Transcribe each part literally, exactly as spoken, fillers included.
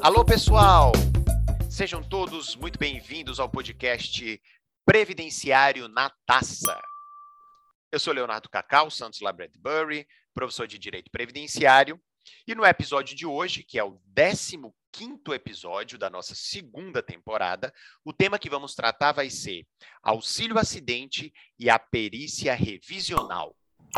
Alô, pessoal! Sejam todos muito bem-vindos ao podcast Previdenciário na Taça. Eu sou Leonardo Cacau Santos La Bradbury, professor de Direito Previdenciário, e no episódio de hoje, que é o décimo quinto episódio da nossa segunda temporada, o tema que vamos tratar vai ser auxílio acidente e a perícia revisional.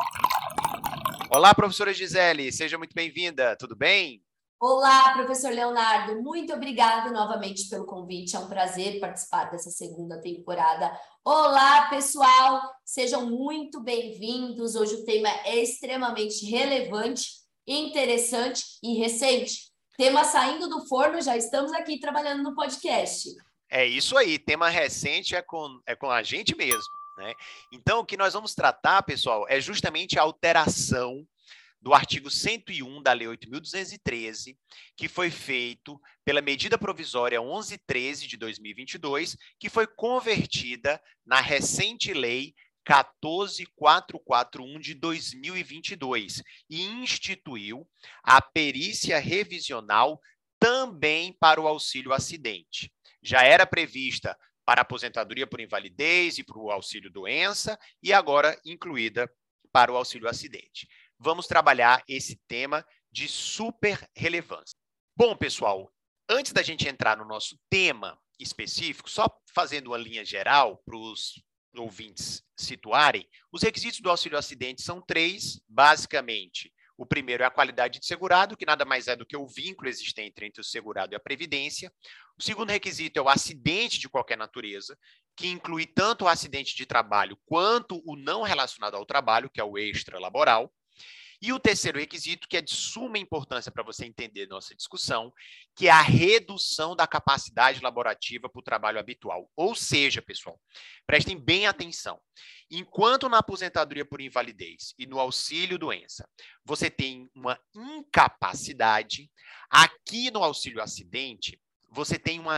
Olá, professora Gisele, seja muito bem-vinda, tudo bem? Olá, professor Leonardo, muito obrigada novamente pelo convite, é um prazer participar dessa segunda temporada. Olá, pessoal, sejam muito bem-vindos. Hoje o tema é extremamente relevante, interessante e recente. Tema saindo do forno, já estamos aqui trabalhando no podcast. É isso aí, tema recente é com, é com a gente mesmo, né? Então, o que nós vamos tratar, pessoal, é justamente a alteração do artigo cento e um da Lei oito mil duzentos e treze, que foi feito pela medida provisória onze treze de dois mil e vinte e dois, que foi convertida na recente Lei quatorze mil quatrocentos e quarenta e um de dois mil e vinte e dois e instituiu a perícia revisional também para o auxílio acidente. Já era prevista para a aposentadoria por invalidez e para o auxílio doença e agora incluída para o auxílio acidente. Vamos trabalhar esse tema de super relevância. Bom, pessoal, antes da gente entrar no nosso tema específico, só fazendo uma linha geral para os ouvintes situarem, os requisitos do auxílio acidente são três, basicamente. O primeiro é a qualidade de segurado, que nada mais é do que o vínculo existente entre o segurado e a previdência. O segundo requisito é o acidente de qualquer natureza, que inclui tanto o acidente de trabalho quanto o não relacionado ao trabalho, que é o extralaboral. E o terceiro requisito, que é de suma importância para você entender nossa discussão, que é a redução da capacidade laborativa para o trabalho habitual. Ou seja, pessoal, prestem bem atenção. Enquanto na aposentadoria por invalidez e no auxílio doença, você tem uma incapacidade, aqui no auxílio acidente, você tem uma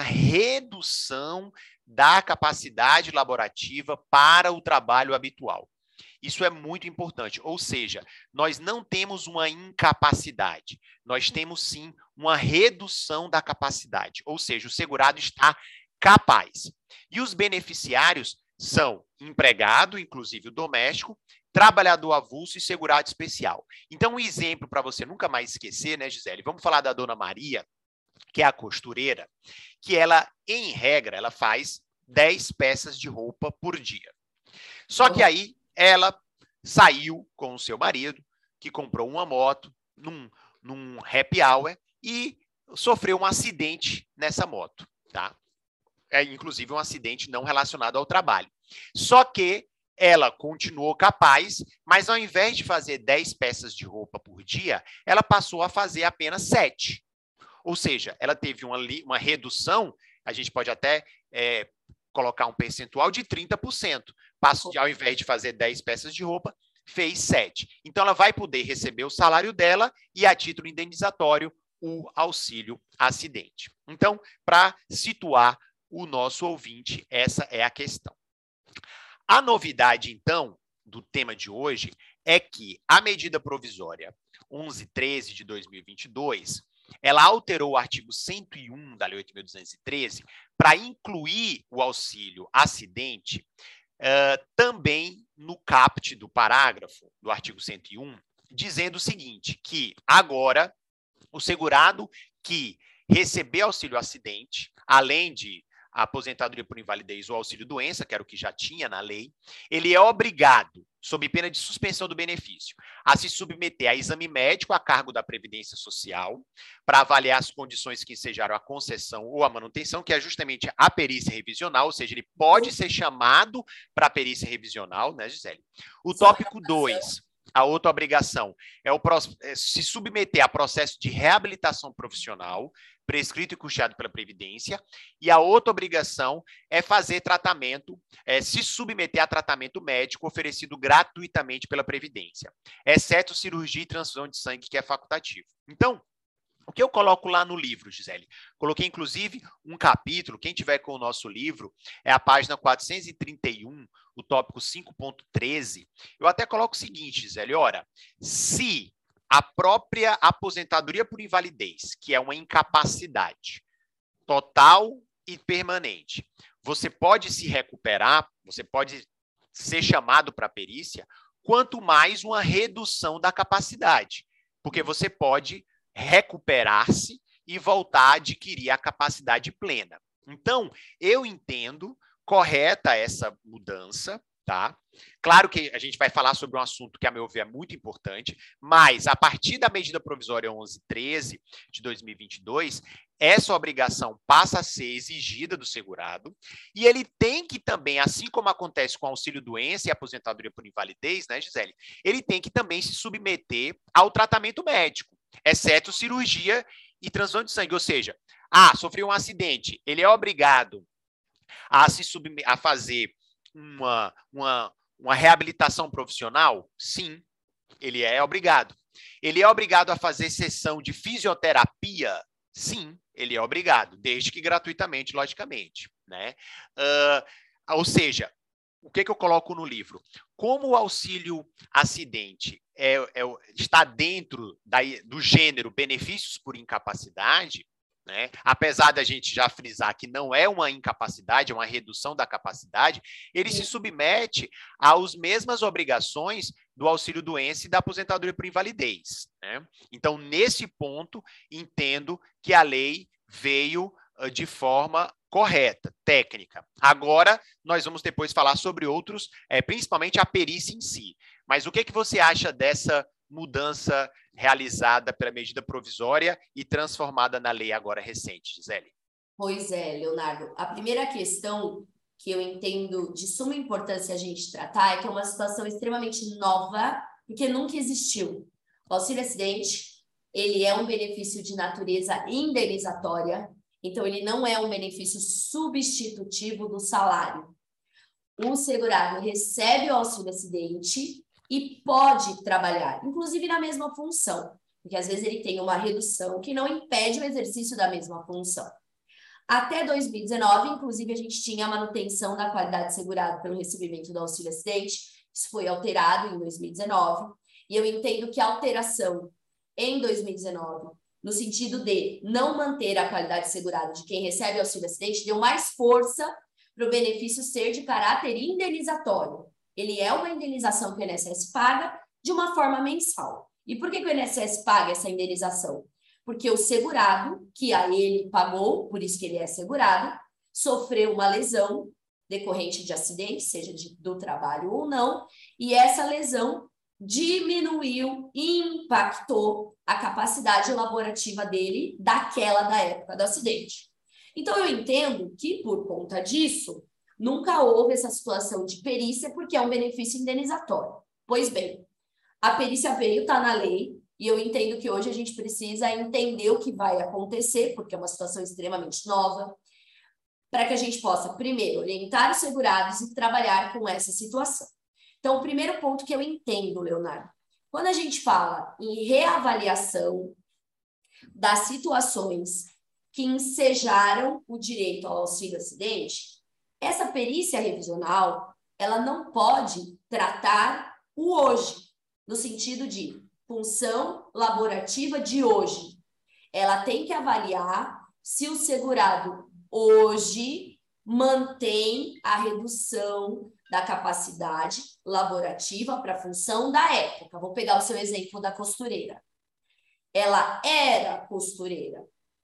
redução da capacidade laborativa para o trabalho habitual. Isso é muito importante, ou seja, nós não temos uma incapacidade, nós temos sim uma redução da capacidade, ou seja, o segurado está capaz. E os beneficiários são empregado, inclusive o doméstico, trabalhador avulso e segurado especial. Então, um exemplo para você nunca mais esquecer, né, Gisele? Vamos falar da dona Maria, que é a costureira, que ela, em regra, ela faz dez peças de roupa por dia. Só que aí ela saiu com o seu marido, que comprou uma moto num, num happy hour e sofreu um acidente nessa moto, tá? É, inclusive um acidente não relacionado ao trabalho. Só que ela continuou capaz, mas ao invés de fazer dez peças de roupa por dia, ela passou a fazer apenas sete. Ou seja, ela teve uma, uma redução, a gente pode até é, colocar um percentual de trinta por cento. Passou, ao invés de fazer dez peças de roupa, fez sete. Então, ela vai poder receber o salário dela e, a título indenizatório, o auxílio acidente. Então, para situar o nosso ouvinte, essa é a questão. A novidade, então, do tema de hoje é que a medida provisória onze treze de dois mil e vinte e dois, ela alterou o artigo cento e um da Lei oito mil duzentos e treze para incluir o auxílio acidente Uh, também no caput do parágrafo do artigo cento e um, dizendo o seguinte, que agora o segurado que receber auxílio acidente, além de a aposentadoria por invalidez ou auxílio doença, que era o que já tinha na lei, ele é obrigado, sob pena de suspensão do benefício, a se submeter a exame médico a cargo da Previdência Social para avaliar as condições que ensejaram a concessão ou a manutenção, que é justamente a perícia revisional, ou seja, ele pode ser chamado para a perícia revisional, né, Gisele? O tópico dois, a outra obrigação, é, o, é se submeter a processo de reabilitação profissional, prescrito e custeado pela Previdência, e a outra obrigação é fazer tratamento, é, se submeter a tratamento médico oferecido gratuitamente pela Previdência, exceto cirurgia e transfusão de sangue, que é facultativo. Então, o que eu coloco lá no livro, Gisele? Coloquei, inclusive, um capítulo, quem tiver com o nosso livro, é a página quatrocentos e trinta e um, o tópico cinco ponto treze. Eu até coloco o seguinte, Gisele, ora, se a própria aposentadoria por invalidez, que é uma incapacidade total e permanente. Você pode se recuperar, você pode ser chamado para a perícia, quanto mais uma redução da capacidade, porque você pode recuperar-se e voltar a adquirir a capacidade plena. Então, eu entendo correta essa mudança, tá? Claro que a gente vai falar sobre um assunto que, a meu ver, é muito importante, mas a partir da medida provisória onze treze de dois mil e vinte e dois, essa obrigação passa a ser exigida do segurado e ele tem que também, assim como acontece com auxílio-doença e aposentadoria por invalidez, né, Gisele? Ele tem que também se submeter ao tratamento médico, exceto cirurgia e transfusão de sangue. Ou seja, ah, sofreu um acidente, ele é obrigado a se submeter, a fazer uma, uma, uma reabilitação profissional? Sim, ele é obrigado. Ele é obrigado a fazer sessão de fisioterapia? Sim, ele é obrigado, desde que gratuitamente, logicamente, né? Uh, ou seja, o que, que eu coloco no livro? Como o auxílio acidente é, é, está dentro da, do gênero benefícios por incapacidade, né? Apesar da gente já frisar que não é uma incapacidade, é uma redução da capacidade, ele se submete às mesmas obrigações do auxílio-doença e da aposentadoria por invalidez, né? Então, nesse ponto, entendo que a lei veio uh, de forma correta, técnica. Agora, nós vamos depois falar sobre outros, é, principalmente a perícia em si. Mas o que, que você acha dessa mudança realizada pela medida provisória e transformada na lei agora recente, Gisele? Pois é, Leonardo. A primeira questão que eu entendo de suma importância a gente tratar é que é uma situação extremamente nova, porque nunca existiu. O auxílio-acidente, ele é um benefício de natureza indenizatória, então ele não é um benefício substitutivo do salário. O segurado recebe o auxílio-acidente e pode trabalhar, inclusive na mesma função, porque às vezes ele tem uma redução que não impede o exercício da mesma função. Até dois mil e dezenove, inclusive, a gente tinha a manutenção da qualidade segurada pelo recebimento do auxílio-acidente, isso foi alterado em dois mil e dezenove, e eu entendo que a alteração em dois mil e dezenove, no sentido de não manter a qualidade segurada de quem recebe auxílio-acidente, deu mais força para o benefício ser de caráter indenizatório. Ele é uma indenização que o I N S S paga de uma forma mensal. E por que, que o I N S S paga essa indenização? Porque o segurado, que a ele pagou, por isso que ele é segurado, sofreu uma lesão decorrente de acidente, seja de, do trabalho ou não, e essa lesão diminuiu, impactou a capacidade laborativa dele daquela da época do acidente. Então, eu entendo que, por conta disso, nunca houve essa situação de perícia, porque é um benefício indenizatório. Pois bem, a perícia veio, está na lei, e eu entendo que hoje a gente precisa entender o que vai acontecer, porque é uma situação extremamente nova, para que a gente possa, primeiro, orientar os segurados e trabalhar com essa situação. Então, o primeiro ponto que eu entendo, Leonardo, quando a gente fala em reavaliação das situações que ensejaram o direito ao auxílio-acidente, essa perícia revisional, ela não pode tratar o hoje, no sentido de função laborativa de hoje. Ela tem que avaliar se o segurado hoje mantém a redução da capacidade laborativa para a função da época. Vou pegar o seu exemplo da costureira. Ela era costureira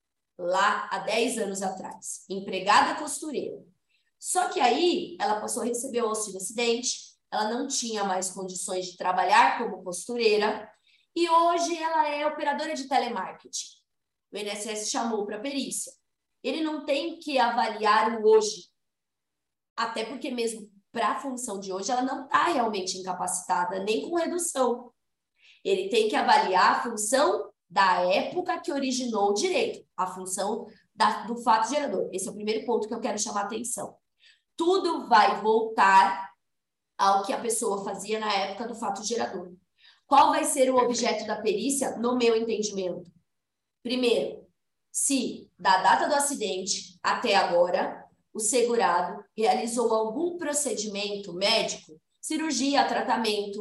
lá há dez anos atrás, empregada costureira. Só que aí ela passou a receber o auxílio-acidente, ela não tinha mais condições de trabalhar como costureira e hoje ela é operadora de telemarketing. O I N S S chamou para perícia. Ele não tem que avaliar o hoje, até porque mesmo para a função de hoje ela não está realmente incapacitada, nem com redução. Ele tem que avaliar a função da época que originou o direito, a função da, do fato gerador. Esse é o primeiro ponto que eu quero chamar a atenção. Tudo vai voltar ao que a pessoa fazia na época do fato gerador. Qual vai ser o objeto da perícia, no meu entendimento? Primeiro, se da data do acidente até agora, o segurado realizou algum procedimento médico, cirurgia, tratamento,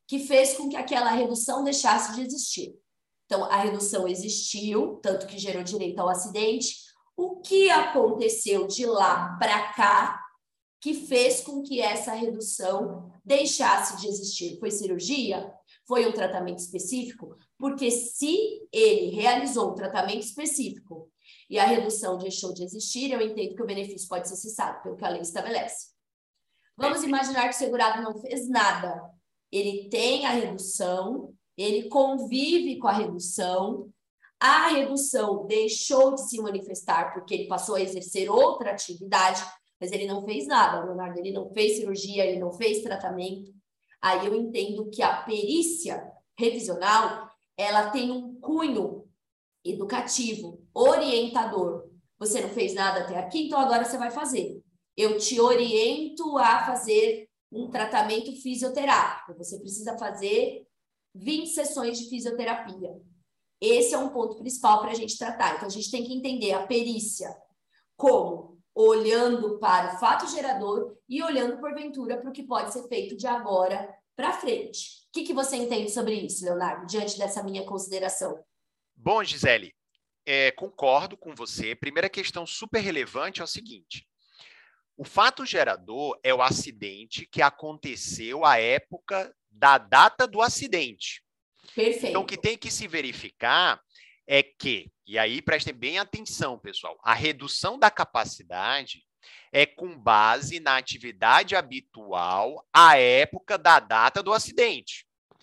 que fez com que aquela redução deixasse de existir. Então, a redução existiu, tanto que gerou direito ao acidente. O que aconteceu de lá para cá que fez com que essa redução deixasse de existir? Foi cirurgia? Foi um tratamento específico? Porque se ele realizou um tratamento específico e a redução deixou de existir, eu entendo que o benefício pode ser cessado, pelo que a lei estabelece. Vamos imaginar que o segurado não fez nada. Ele tem a redução, ele convive com a redução, a redução deixou de se manifestar porque ele passou a exercer outra atividade, mas ele não fez nada, Leonardo, ele não fez cirurgia, ele não fez tratamento. Aí eu entendo que a perícia revisional, ela tem um cunho educativo, orientador. Você não fez nada até aqui, então agora você vai fazer. Eu te oriento a fazer um tratamento fisioterápico. Você precisa fazer vinte sessões de fisioterapia. Esse é um ponto principal para a gente tratar. Então, a gente tem que entender a perícia como olhando para o fato gerador e olhando, porventura, para o que pode ser feito de agora para frente. O que, que você entende sobre isso, Leonardo, diante dessa minha consideração? Bom, Gisele, é, concordo com você. Primeira questão super relevante é o seguinte. O fato gerador é o acidente que aconteceu à época da data do acidente. Perfeito. Então, o que tem que se verificar é que, e aí prestem bem atenção, pessoal, a redução da capacidade é com base na atividade habitual à época da data do acidente.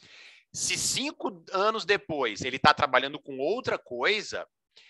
Se cinco anos depois ele está trabalhando com outra coisa,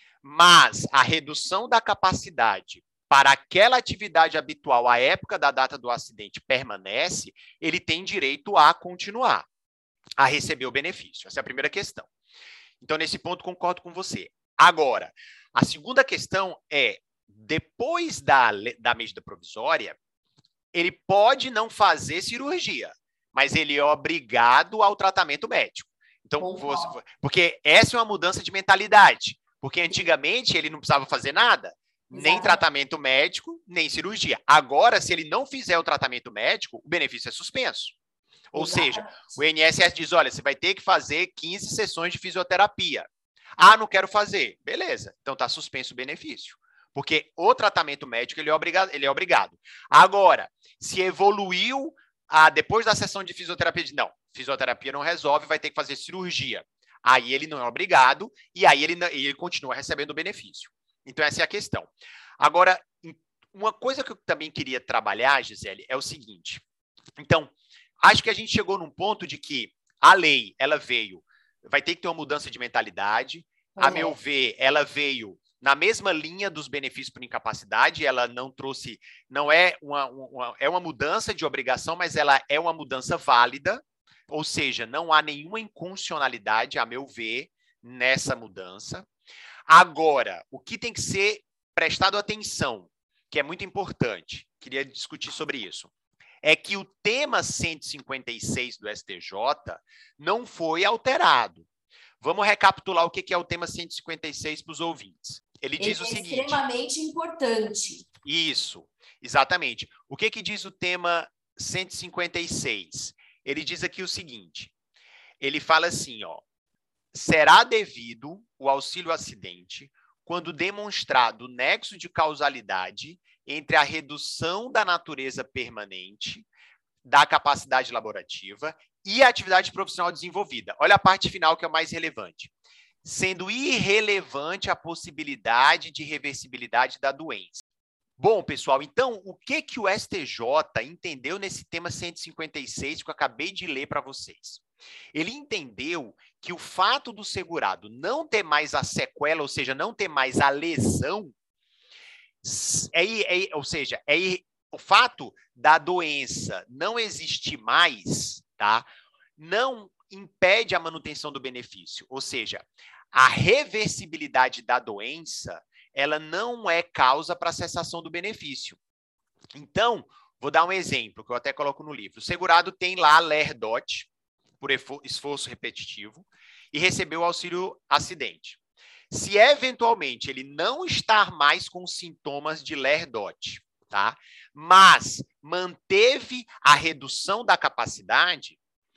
mas a redução da capacidade para aquela atividade habitual à época da data do acidente permanece, ele tem direito a continuar, a receber o benefício. Essa é a primeira questão. Então, nesse ponto, concordo com você. Agora, a segunda questão é, depois da, da medida provisória, ele pode não fazer cirurgia, mas ele é obrigado ao tratamento médico. Então, você, porque essa é uma mudança de mentalidade, porque antigamente ele não precisava fazer nada, nem Exatamente. Tratamento médico, nem cirurgia. Agora, se ele não fizer o tratamento médico, o benefício é suspenso. Ou Exatamente. Seja, o I N S S diz, olha, você vai ter que fazer quinze sessões de fisioterapia. Ah, não quero fazer. Beleza, então está suspenso o benefício. Porque o tratamento médico ele é obrigado. Ele é obrigado. Agora, se evoluiu ah, depois da sessão de fisioterapia, diz, não, fisioterapia não resolve, vai ter que fazer cirurgia. Aí ele não é obrigado e aí ele, ele continua recebendo o benefício. Então, essa é a questão. Agora, uma coisa que eu também queria trabalhar, Gisele, é o seguinte. Então, acho que a gente chegou num ponto de que a lei, ela veio, vai ter que ter uma mudança de mentalidade. Uhum. A meu ver, ela veio na mesma linha dos benefícios por incapacidade, ela não trouxe, não é uma, uma, é uma mudança de obrigação, mas ela é uma mudança válida, ou seja, não há nenhuma inconstitucionalidade, a meu ver, nessa mudança. Agora, o que tem que ser prestado atenção, que é muito importante, queria discutir sobre isso, é que o tema cento e cinquenta e seis do S T J não foi alterado. Vamos recapitular o que é o tema cento e cinquenta e seis para os ouvintes. Ele diz Ele o é seguinte... extremamente importante. Isso, exatamente. O que, que diz o tema cento e cinquenta e seis? Ele diz aqui o seguinte, ele fala assim, ó, será devido o auxílio acidente quando demonstrado o nexo de causalidade entre a redução da natureza permanente da capacidade laborativa e a atividade profissional desenvolvida. Olha a parte final que é o mais relevante. Sendo irrelevante a possibilidade de reversibilidade da doença. Bom, pessoal, então, o que, que o S T J entendeu nesse tema cento e cinquenta e seis que eu acabei de ler para vocês? Ele entendeu que o fato do segurado não ter mais a sequela, ou seja, não ter mais a lesão, é, é, ou seja, é, o fato da doença não existir mais, tá? Não impede a manutenção do benefício, ou seja, a reversibilidade da doença, ela não é causa para a cessação do benefício. Então, vou dar um exemplo, que eu até coloco no livro. O segurado tem lá L E R D O T, por esforço repetitivo, e recebeu auxílio acidente. Se eventualmente ele não estar mais com sintomas de L E R D O T, tá? Mas manteve a redução da capacidade,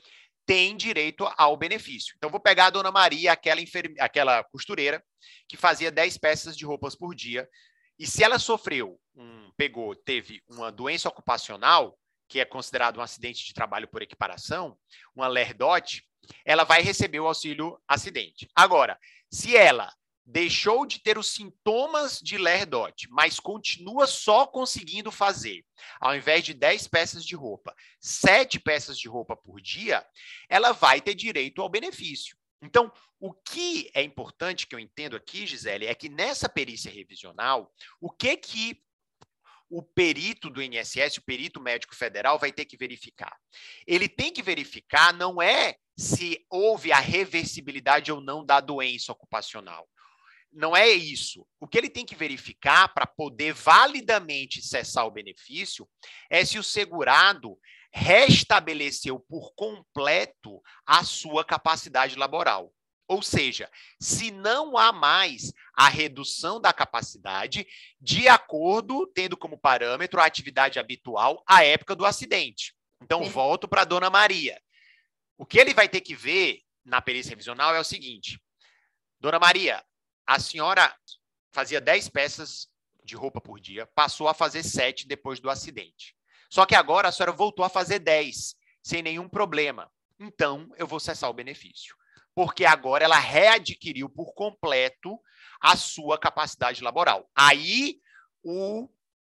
tem direito ao benefício. Então, vou pegar a dona Maria, aquela, enferme... aquela costureira, que fazia dez peças de roupas por dia, e se ela sofreu, um, pegou, teve uma doença ocupacional, que é considerado um acidente de trabalho por equiparação, uma LERDOT, ela vai receber o auxílio acidente. Agora, se ela deixou de ter os sintomas de LERDOT, mas continua só conseguindo fazer, ao invés de dez peças de roupa, sete peças de roupa por dia, ela vai ter direito ao benefício. Então, o que é importante que eu entendo aqui, Gisele, é que nessa perícia revisional, o que que o perito do I N S S, o perito médico federal, vai ter que verificar? Ele tem que verificar não é se houve a reversibilidade ou não da doença ocupacional. Não é isso. O que ele tem que verificar para poder validamente cessar o benefício é se o segurado restabeleceu por completo a sua capacidade laboral. Ou seja, se não há mais a redução da capacidade de acordo, tendo como parâmetro a atividade habitual à época do acidente. Então, é. volto para a dona Maria. O que ele vai ter que ver na perícia revisional é o seguinte: dona Maria, a senhora fazia dez peças de roupa por dia, passou a fazer sete depois do acidente. Só que agora a senhora voltou a fazer dez, sem nenhum problema. Então, eu vou cessar o benefício. Porque agora ela readquiriu por completo a sua capacidade laboral. Aí, o,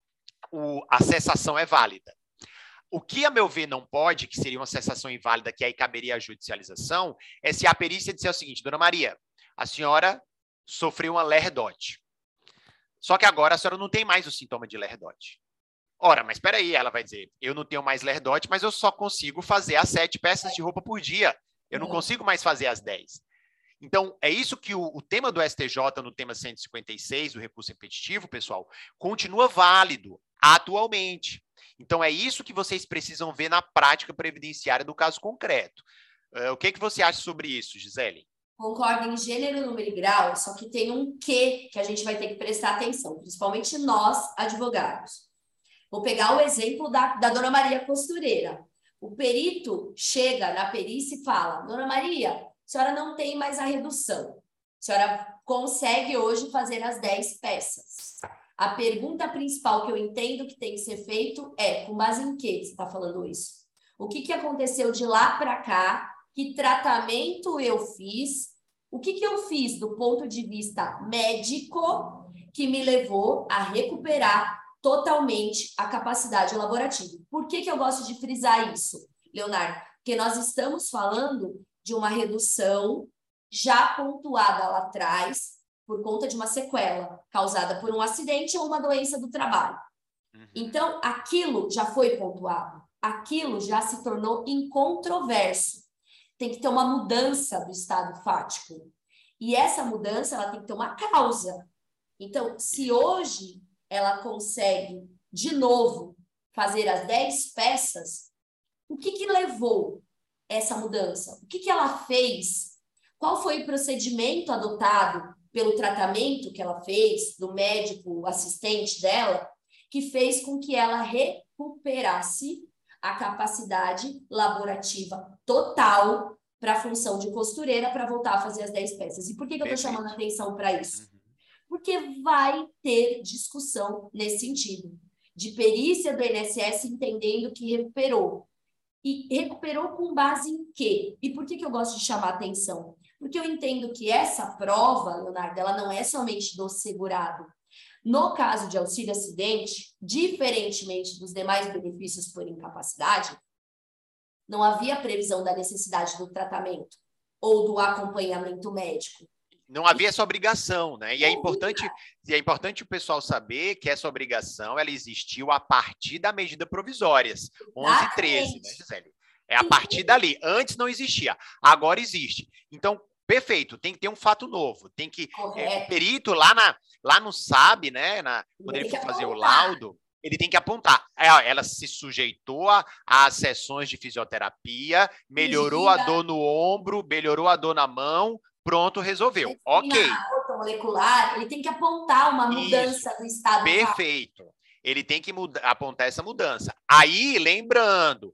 o, a cessação é válida. O que, a meu ver, não pode, que seria uma cessação inválida, que aí caberia a judicialização, é se a perícia disser o seguinte: dona Maria, a senhora sofreu uma LERDOT. Só que agora a senhora não tem mais o sintoma de LERDOT. Ora, mas espera aí, ela vai dizer, eu não tenho mais LERDOT, mas eu só consigo fazer as sete peças de roupa por dia. Eu não consigo mais fazer as dez. Então, é isso que o, o tema do S T J, no tema cento e cinquenta e seis, do recurso repetitivo, pessoal, continua válido atualmente. Então, é isso que vocês precisam ver na prática previdenciária do caso concreto. Uh, o que, que você acha sobre isso, Gisele? Concordo em gênero, número e grau, só que tem um quê que a gente vai ter que prestar atenção, principalmente nós, advogados. Vou pegar o exemplo da, da dona Maria Costureira. O perito chega na perícia e fala: dona Maria, a senhora não tem mais a redução. A senhora consegue hoje fazer as dez peças. A pergunta principal que eu entendo que tem que ser feito é: com base em que você está falando isso? O que, que aconteceu de lá para cá? Que tratamento eu fiz? O que, que eu fiz do ponto de vista médico que me levou a recuperar totalmente a capacidade laborativa? Por que, que eu gosto de frisar isso, Leonardo? Porque nós estamos falando de uma redução já pontuada lá atrás por conta de uma sequela causada por um acidente ou uma doença do trabalho. Então, aquilo já foi pontuado, aquilo já se tornou incontroverso. Tem que ter uma mudança do estado fático. E essa mudança ela tem que ter uma causa. Então, se hoje ela consegue, de novo, fazer as dez peças, o que, que levou essa mudança? O que, que ela fez? Qual foi o procedimento adotado pelo tratamento que ela fez, do médico assistente dela, que fez com que ela recuperasse a capacidade laborativa total para a função de costureira para voltar a fazer as dez peças? E por que, que eu estou chamando a atenção para isso? Porque vai ter discussão nesse sentido, de perícia do I N S S entendendo que recuperou. E recuperou com base em quê? E por que, que eu gosto de chamar a atenção? Porque eu entendo que essa prova, Leonardo, ela não é somente do segurado. No caso de auxílio-acidente, diferentemente dos demais benefícios por incapacidade, não havia previsão da necessidade do tratamento ou do acompanhamento médico. Não havia essa obrigação, né? E é importante, e é importante o pessoal saber que essa obrigação ela existiu a partir da medida provisórias, onze e treze, né, Gisele? É a partir dali. Antes não existia, agora existe. Então, perfeito, tem que ter um fato novo. Tem que. É, o perito lá, na, lá no S A B, né? Na, quando ele for fazer o laudo, ele tem que apontar. Ela se sujeitou às sessões de fisioterapia, melhorou a dor no ombro, melhorou a dor na mão. Pronto, resolveu. Ok. Molecular, ele tem que apontar uma mudança Isso. do estado. Perfeito. Ele tem que muda, apontar essa mudança. Aí, lembrando,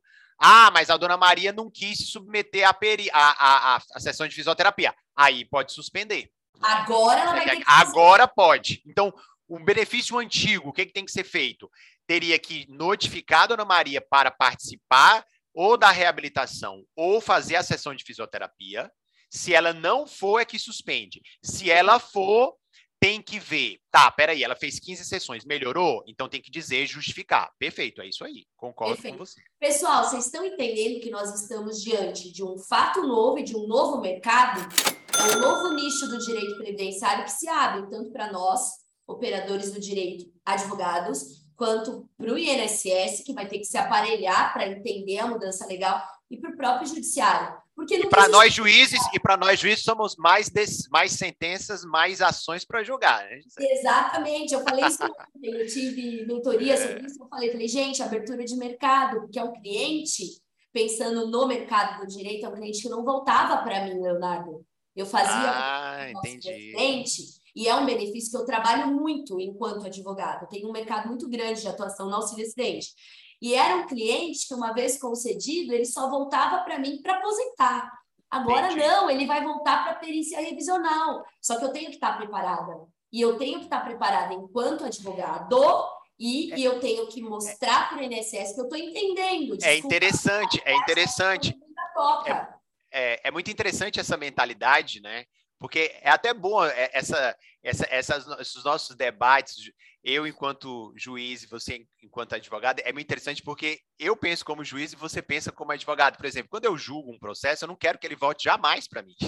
Ah, mas a dona Maria não quis se submeter à peri a, a, a, a sessão de fisioterapia. Aí pode suspender. Agora ela vai ter que fazer. Agora pode. Então, o benefício antigo, o que, que tem que ser feito? Teria que notificar a dona Maria para participar ou da reabilitação ou fazer a sessão de fisioterapia. Se ela não for, é que suspende. Se ela for, tem que ver. Tá, peraí, ela fez quinze sessões, melhorou? Então tem que dizer, justificar. Perfeito, é isso aí. Concordo Perfeito. com você. Pessoal, vocês estão entendendo que nós estamos diante de um fato novo e de um novo mercado? É um novo nicho do direito previdenciário que se abre, tanto para nós, operadores do direito, advogados, quanto para o I N S S, que vai ter que se aparelhar para entender a mudança legal, e para o próprio judiciário. Porque e para nós juízes, e para nós juízes somos mais, des, mais sentenças, mais ações para julgar. Né? Exatamente, eu falei isso ontem, eu tive mentoria sobre É. isso, eu falei, falei, gente, abertura de mercado, porque é um cliente, pensando no mercado do direito, é um cliente que não voltava para mim, Leonardo. Eu fazia ah, entendi. e é um benefício que eu trabalho muito enquanto advogado. Tem um mercado muito grande de atuação no auxílio acidente. E era um cliente que, uma vez concedido, ele só voltava para mim para aposentar. Agora Entendi. Não, ele vai voltar para a perícia revisional. Só que eu tenho que estar preparada. E eu tenho que estar preparada enquanto advogado e, é, e eu tenho que mostrar para o I N S S que eu estou entendendo. Desculpa, é interessante, é interessante. É, é, é muito interessante essa mentalidade, né? Porque é até bom essa, essa, essas, esses nossos debates, eu enquanto juiz e você enquanto advogado, é muito interessante porque eu penso como juiz e você pensa como advogado. Por exemplo, quando eu julgo um processo, eu não quero que ele volte jamais para mim.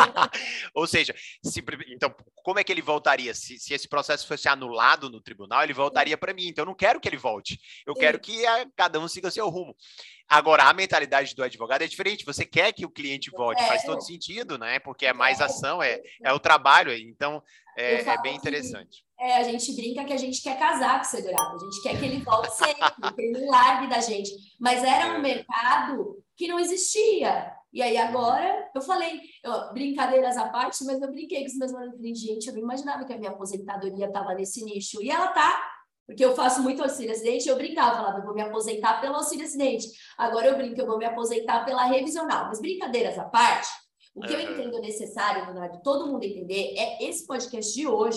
Ou seja, se, então, como é que ele voltaria? Se, se esse processo fosse anulado no tribunal, ele voltaria para mim. Então, eu não quero que ele volte. Eu quero que a, cada um siga seu rumo. Agora, a mentalidade do advogado é diferente. Você quer que o cliente volte, é. faz todo sentido, né? Porque é mais ação, é, é o trabalho. Então, é, é bem interessante. Que, é, a gente brinca que a gente quer casar com o segurado. A gente quer que ele volte sempre, que ele não largue da gente. Mas era um é. mercado que não existia. E aí, agora, eu falei, eu, brincadeiras à parte, mas eu brinquei com os meus alunos. Falei, gente, eu não imaginava que a minha aposentadoria estava nesse nicho. E ela tá. Porque eu faço muito auxílio acidente, eu brincava, falava, eu vou me aposentar pelo auxílio acidente. Agora eu brinco, eu vou me aposentar pela revisional. Mas brincadeiras à parte, o que uhum. eu entendo necessário, Leonardo, todo mundo entender, é esse podcast de hoje,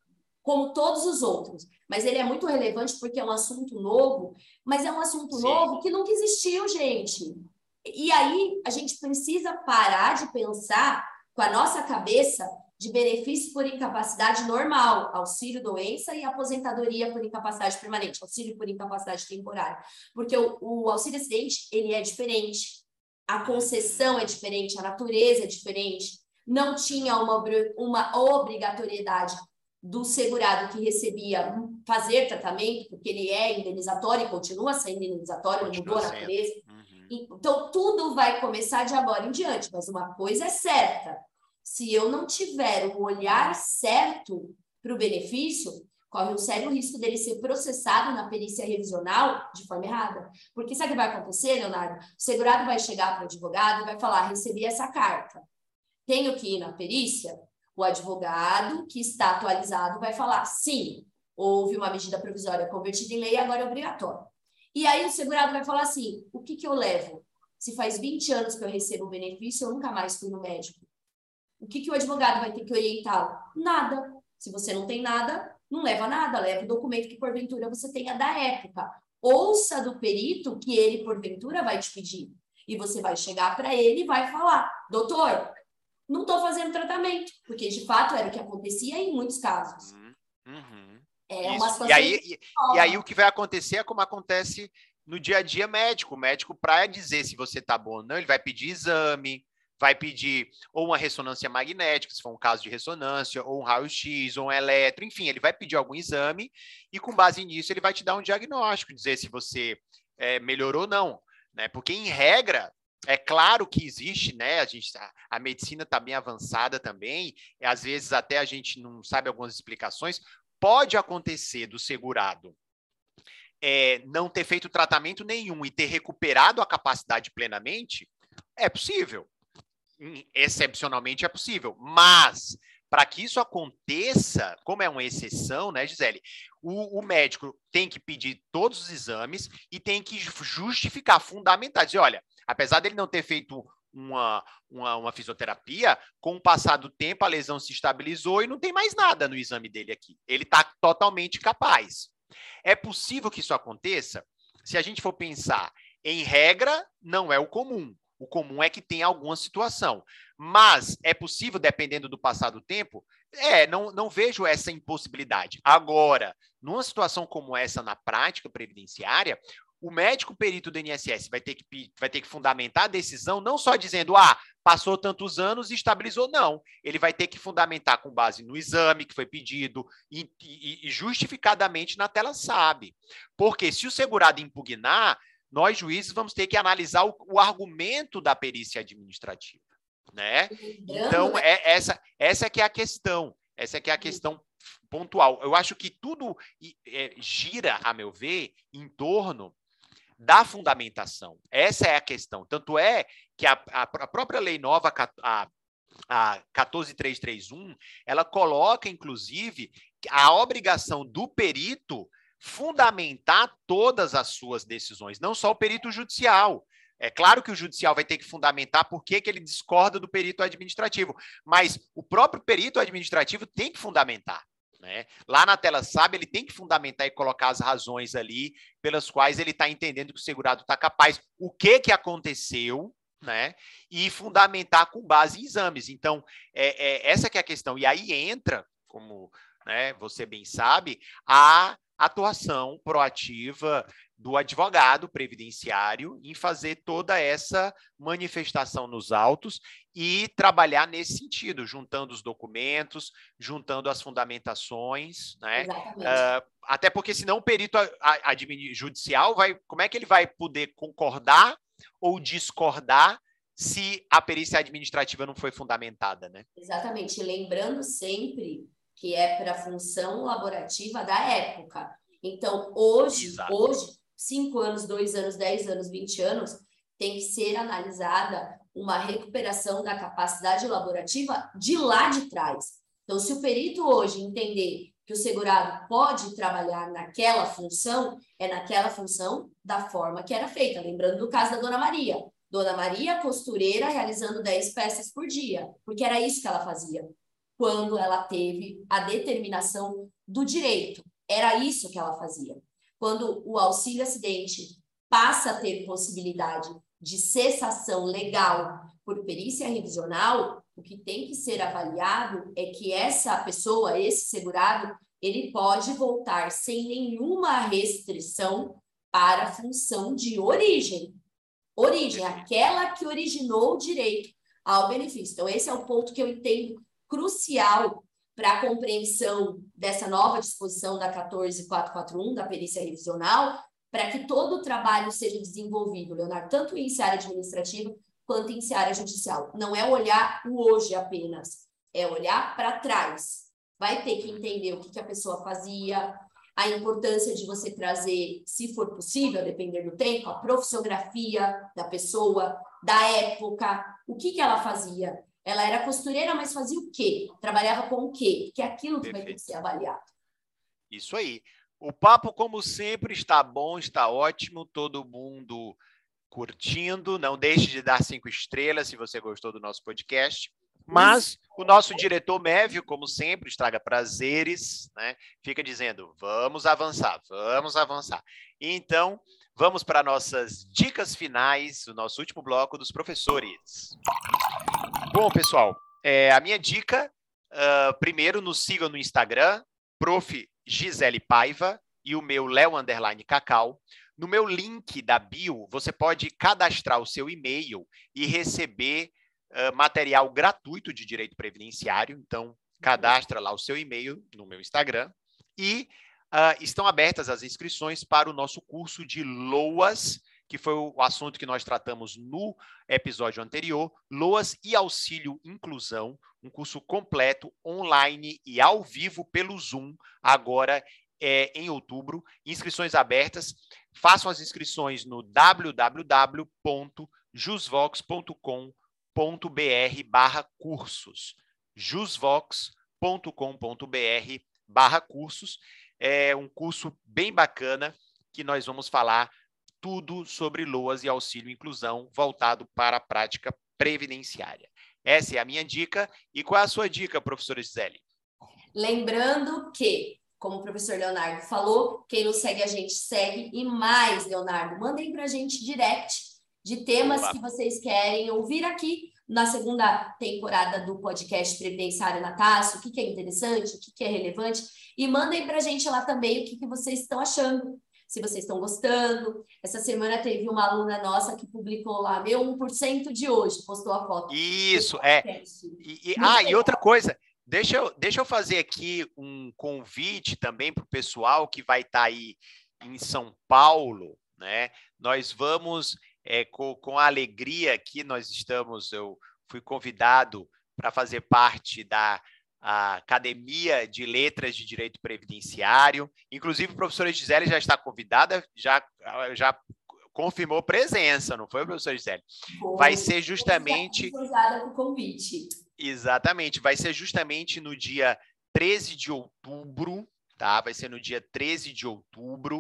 como todos os outros. Mas ele é muito relevante porque é um assunto novo, mas é um assunto Sim. novo que nunca existiu, gente. E aí a gente precisa parar de pensar com a nossa cabeça de benefício por incapacidade normal, auxílio doença e aposentadoria por incapacidade permanente, auxílio por incapacidade temporária. Porque o, o auxílio acidente, ele é diferente, a concessão é diferente, a natureza é diferente, não tinha uma, uma obrigatoriedade do segurado que recebia fazer tratamento, porque ele é indenizatório e continua sendo indenizatório, não mudou a natureza. Uhum. Então, tudo vai começar de agora em diante, mas uma coisa é certa, se eu não tiver o olhar certo para o benefício, corre um sério risco dele ser processado na perícia revisional de forma errada. Porque sabe o que vai acontecer, Leonardo? O segurado vai chegar para o advogado e vai falar, recebi essa carta. Tenho que ir na perícia? O advogado que está atualizado vai falar, sim, houve uma medida provisória convertida em lei, agora é obrigatório. E aí o segurado vai falar assim, o que, que eu levo? Se faz vinte anos que eu recebo o benefício, eu nunca mais fui no médico. O que, que o advogado vai ter que orientá-lo? Nada. Se você não tem nada, não leva nada. Leva o documento que, porventura, você tenha da época. Ouça do perito que ele, porventura, vai te pedir. E você vai chegar para ele e vai falar, doutor, não estou fazendo tratamento. Porque, de fato, era o que acontecia em muitos casos. Uhum. É uma situação e, aí, e, e aí o que vai acontecer é como acontece no dia a dia médico. O médico, para dizer se você está bom ou não, ele vai pedir exame, vai pedir ou uma ressonância magnética, se for um caso de ressonância, ou um raio-x, ou um eletro, enfim, ele vai pedir algum exame e com base nisso ele vai te dar um diagnóstico, dizer se você é, melhorou ou não, né? Porque em regra, é claro que existe, né? A, gente, a, a medicina está bem avançada também, e às vezes até a gente não sabe algumas explicações, pode acontecer do segurado é, não ter feito tratamento nenhum e ter recuperado a capacidade plenamente, é possível. Excepcionalmente é possível, mas para que isso aconteça, como é uma exceção, né, Gisele? O, o médico tem que pedir todos os exames e tem que justificar, fundamentar, dizer, olha, apesar dele não ter feito uma, uma, uma fisioterapia, com o passar do tempo a lesão se estabilizou e não tem mais nada no exame dele aqui. Ele está totalmente capaz. É possível que isso aconteça? Se a gente for pensar em regra, não é o comum. O comum é que tem alguma situação. Mas é possível, dependendo do passar do tempo? É, não, não vejo essa impossibilidade. Agora, numa situação como essa na prática previdenciária, o médico perito do I N S S vai ter que, vai ter que fundamentar a decisão, não só dizendo, ah, passou tantos anos e estabilizou, não. Ele vai ter que fundamentar com base no exame que foi pedido e, e, e justificadamente na tela sabe. Porque se o segurado impugnar, nós, juízes, vamos ter que analisar o, o argumento da perícia administrativa, né? Então, é, essa, essa é que é a questão, essa é que é a questão pontual. Eu acho que tudo é, gira, a meu ver, em torno da fundamentação. Essa é a questão. Tanto é que a, a, a própria lei nova, a, a quatorze mil trezentos e trinta e um, ela coloca, inclusive, a obrigação do perito fundamentar todas as suas decisões, não só o perito judicial. É claro que o judicial vai ter que fundamentar por que, que ele discorda do perito administrativo, mas o próprio perito administrativo tem que fundamentar. Né? Lá na tela sabe, ele tem que fundamentar e colocar as razões ali pelas quais ele está entendendo que o segurado está capaz, o que, que aconteceu, né? E fundamentar com base em exames. Então, é, é, essa que é a questão. E aí entra, como né, você bem sabe, a atuação proativa do advogado previdenciário em fazer toda essa manifestação nos autos e trabalhar nesse sentido, juntando os documentos, juntando as fundamentações, né? Uh, até porque senão o perito judicial vai, como é que ele vai poder concordar ou discordar se a perícia administrativa não foi fundamentada, né? Exatamente, lembrando sempre que é para a função laborativa da época. Então, hoje, Exato. hoje, cinco anos, dois anos, dez anos, vinte anos, tem que ser analisada uma recuperação da capacidade laborativa de lá de trás. Então, se o perito hoje entender que o segurado pode trabalhar naquela função, é naquela função da forma que era feita. Lembrando do caso da Dona Maria. Dona Maria, costureira, realizando dez peças por dia, porque era isso que ela fazia quando ela teve a determinação do direito. Era isso que ela fazia. Quando o auxílio acidente passa a ter possibilidade de cessação legal por perícia revisional, o que tem que ser avaliado é que essa pessoa, esse segurado, ele pode voltar sem nenhuma restrição para a função de origem. Origem, aquela que originou o direito ao benefício. Então, esse é o ponto que eu entendo crucial para a compreensão dessa nova disposição da quatorze mil quatrocentos e quarenta e um, da perícia revisional, para que todo o trabalho seja desenvolvido, Leonardo, tanto em área administrativa quanto em área judicial. Não é olhar o hoje apenas, é olhar para trás. Vai ter que entender o que, que a pessoa fazia, a importância de você trazer, se for possível, a depender do tempo, a profissiografia da pessoa, da época, o que, que ela fazia. Ela era costureira, mas fazia o quê? Trabalhava com o quê? Que é aquilo que Perfeito. Vai ter que ser avaliado. Isso aí. O papo, como sempre, está bom, está ótimo, todo mundo curtindo. Não deixe de dar cinco estrelas se você gostou do nosso podcast. Mas o nosso diretor Mévio, como sempre, estraga prazeres, né? Fica dizendo, vamos avançar, vamos avançar. Então, vamos para nossas dicas finais, o nosso último bloco dos professores. Bom, pessoal, é, a minha dica, uh, primeiro, nos sigam no Instagram, prof. Gisele Paiva, e o meu Léo Underline Cacau. No meu link da bio, você pode cadastrar o seu e-mail e receber uh, material gratuito de direito previdenciário. Então, cadastra lá o seu e-mail no meu Instagram. E uh, estão abertas as inscrições para o nosso curso de L O A S, que foi o assunto que nós tratamos no episódio anterior, L O A S e Auxílio Inclusão, um curso completo, online e ao vivo pelo Zoom, agora é, em outubro. Inscrições abertas. Façam as inscrições no w w w ponto jusvox ponto com ponto b r barra cursos. jusvox ponto com ponto br barra cursos. É um curso bem bacana que nós vamos falar tudo sobre L O A S e auxílio inclusão voltado para a prática previdenciária. Essa é a minha dica. E qual é a sua dica, professora Gisele? Lembrando que, como o professor Leonardo falou, quem não segue a gente, segue. E mais, Leonardo, mandem para a gente direct de temas Opa. que vocês querem ouvir aqui na segunda temporada do podcast Previdenciário Natácio, o que, que é interessante, o que, que é relevante, e mandem para a gente lá também o que, que vocês estão achando, se vocês estão gostando. Essa semana teve uma aluna nossa que publicou lá, meu um por cento de hoje, postou a foto. Isso, é. E, e, ah, legal. E outra coisa, deixa eu, deixa eu fazer aqui um convite também para o pessoal que vai estar tá aí em São Paulo, né? Nós vamos... É, com, com a alegria que nós estamos, eu fui convidado para fazer parte da Academia de Letras de Direito Previdenciário. Inclusive, a professora Gisele já está convidada, já, já confirmou presença, não foi, professora Gisele? Foi. Vai ser justamente... com o convite. Exatamente, vai ser justamente no dia treze de outubro, tá? Vai ser no dia treze de outubro,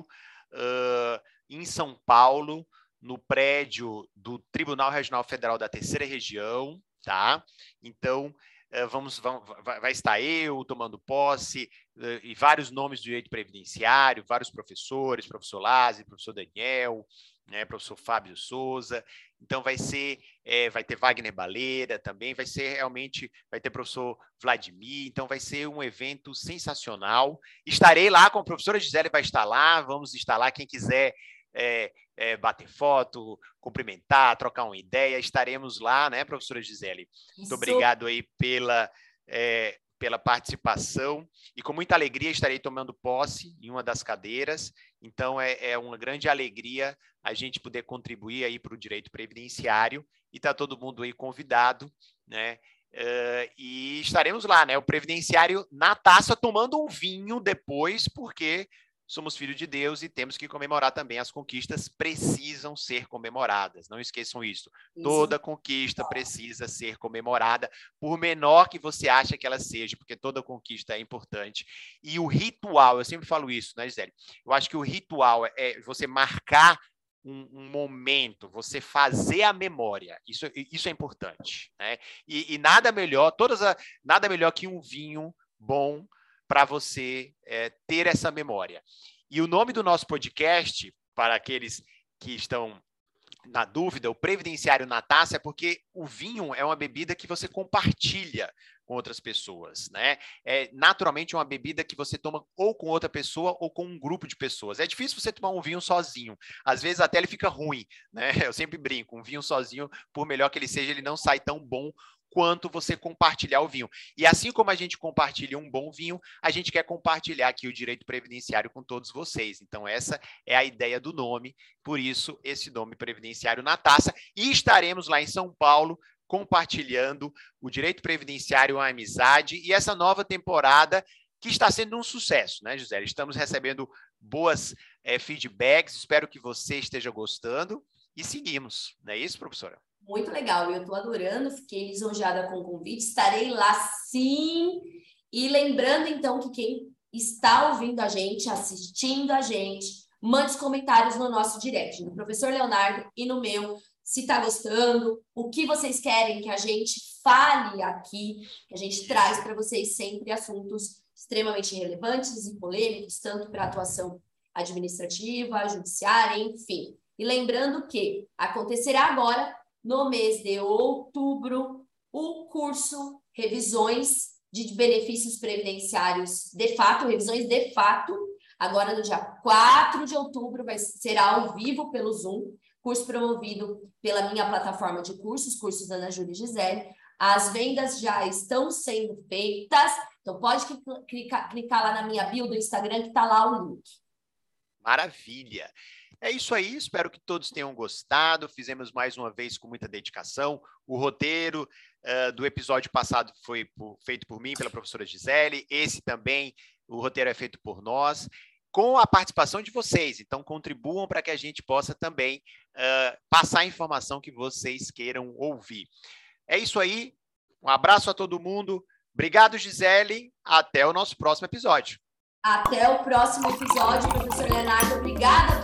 uh, em São Paulo, no prédio do Tribunal Regional Federal da Terceira Região, tá? Então, vamos, vamos, vai estar eu tomando posse e vários nomes do direito previdenciário, vários professores, professor Lázaro, professor Daniel, né, professor Fábio Souza. Então, vai ser, é, vai ter Wagner Baleira também, vai ser realmente, vai ter professor Vladimir, então vai ser um evento sensacional. Estarei lá com a professora Gisele, vai estar lá, vamos estar lá, quem quiser É, é, bater foto, cumprimentar, trocar uma ideia, estaremos lá, né, professora Gisele? Muito Isso. obrigado aí pela, é, pela participação e com muita alegria estarei tomando posse em uma das cadeiras, então é, é uma grande alegria a gente poder contribuir aí para o direito previdenciário e está todo mundo aí convidado, né? Uh, e estaremos lá, né? O previdenciário na taça tomando um vinho depois, porque somos filhos de Deus e temos que comemorar também. As conquistas precisam ser comemoradas. Não esqueçam isso. isso. Toda conquista precisa ser comemorada, por menor que você ache que ela seja, porque toda conquista é importante. E o ritual, eu sempre falo isso, né, Gisele? Eu acho que o ritual é você marcar um, um momento, você fazer a memória. Isso, isso é importante, né? E, e nada melhor, todas a, nada melhor que um vinho bom para você é, ter essa memória. E o nome do nosso podcast, para aqueles que estão na dúvida, o Previdenciário na Taça, é porque o vinho é uma bebida que você compartilha com outras pessoas, né? É naturalmente uma bebida que você toma ou com outra pessoa ou com um grupo de pessoas. É difícil você tomar um vinho sozinho. Às vezes até ele fica ruim, né? Eu sempre brinco, um vinho sozinho, por melhor que ele seja, ele não sai tão bom quanto você compartilhar o vinho. E assim como a gente compartilha um bom vinho, a gente quer compartilhar aqui o direito previdenciário com todos vocês. Então, essa é a ideia do nome, por isso, esse nome Previdenciário na Taça. E estaremos lá em São Paulo, compartilhando o direito previdenciário, a amizade e essa nova temporada que está sendo um sucesso, né, Gisele? Estamos recebendo boas é, feedbacks, espero que você esteja gostando e seguimos. Não é isso, professora? Muito legal, eu estou adorando, fiquei lisonjeada com o convite, estarei lá sim. E lembrando, então, que quem está ouvindo a gente, assistindo a gente, mande os comentários no nosso direct, no professor Leonardo e no meu, se está gostando, o que vocês querem que a gente fale aqui, que a gente traz para vocês sempre assuntos extremamente relevantes e polêmicos, tanto para a atuação administrativa, judiciária, enfim. E lembrando que acontecerá agora, no mês de outubro, o curso Revisões de Benefícios Previdenciários de Fato, revisões de fato, agora no dia quatro de outubro, vai ser ao vivo pelo Zoom, curso promovido pela minha plataforma de cursos, Cursos Ana Júlia e Gisele. As vendas já estão sendo feitas, então pode clicar, clicar lá na minha bio do Instagram que está lá o link. Maravilha! É isso aí, espero que todos tenham gostado. Fizemos mais uma vez com muita dedicação. O roteiro uh, do episódio passado foi por, feito por mim, pela professora Gisele. Esse também, o roteiro é feito por nós, com a participação de vocês. Então, contribuam para que a gente possa também uh, passar a informação que vocês queiram ouvir. É isso aí. Um abraço a todo mundo. Obrigado, Gisele. Até o nosso próximo episódio. Até o próximo episódio, professor Leonardo. Obrigada.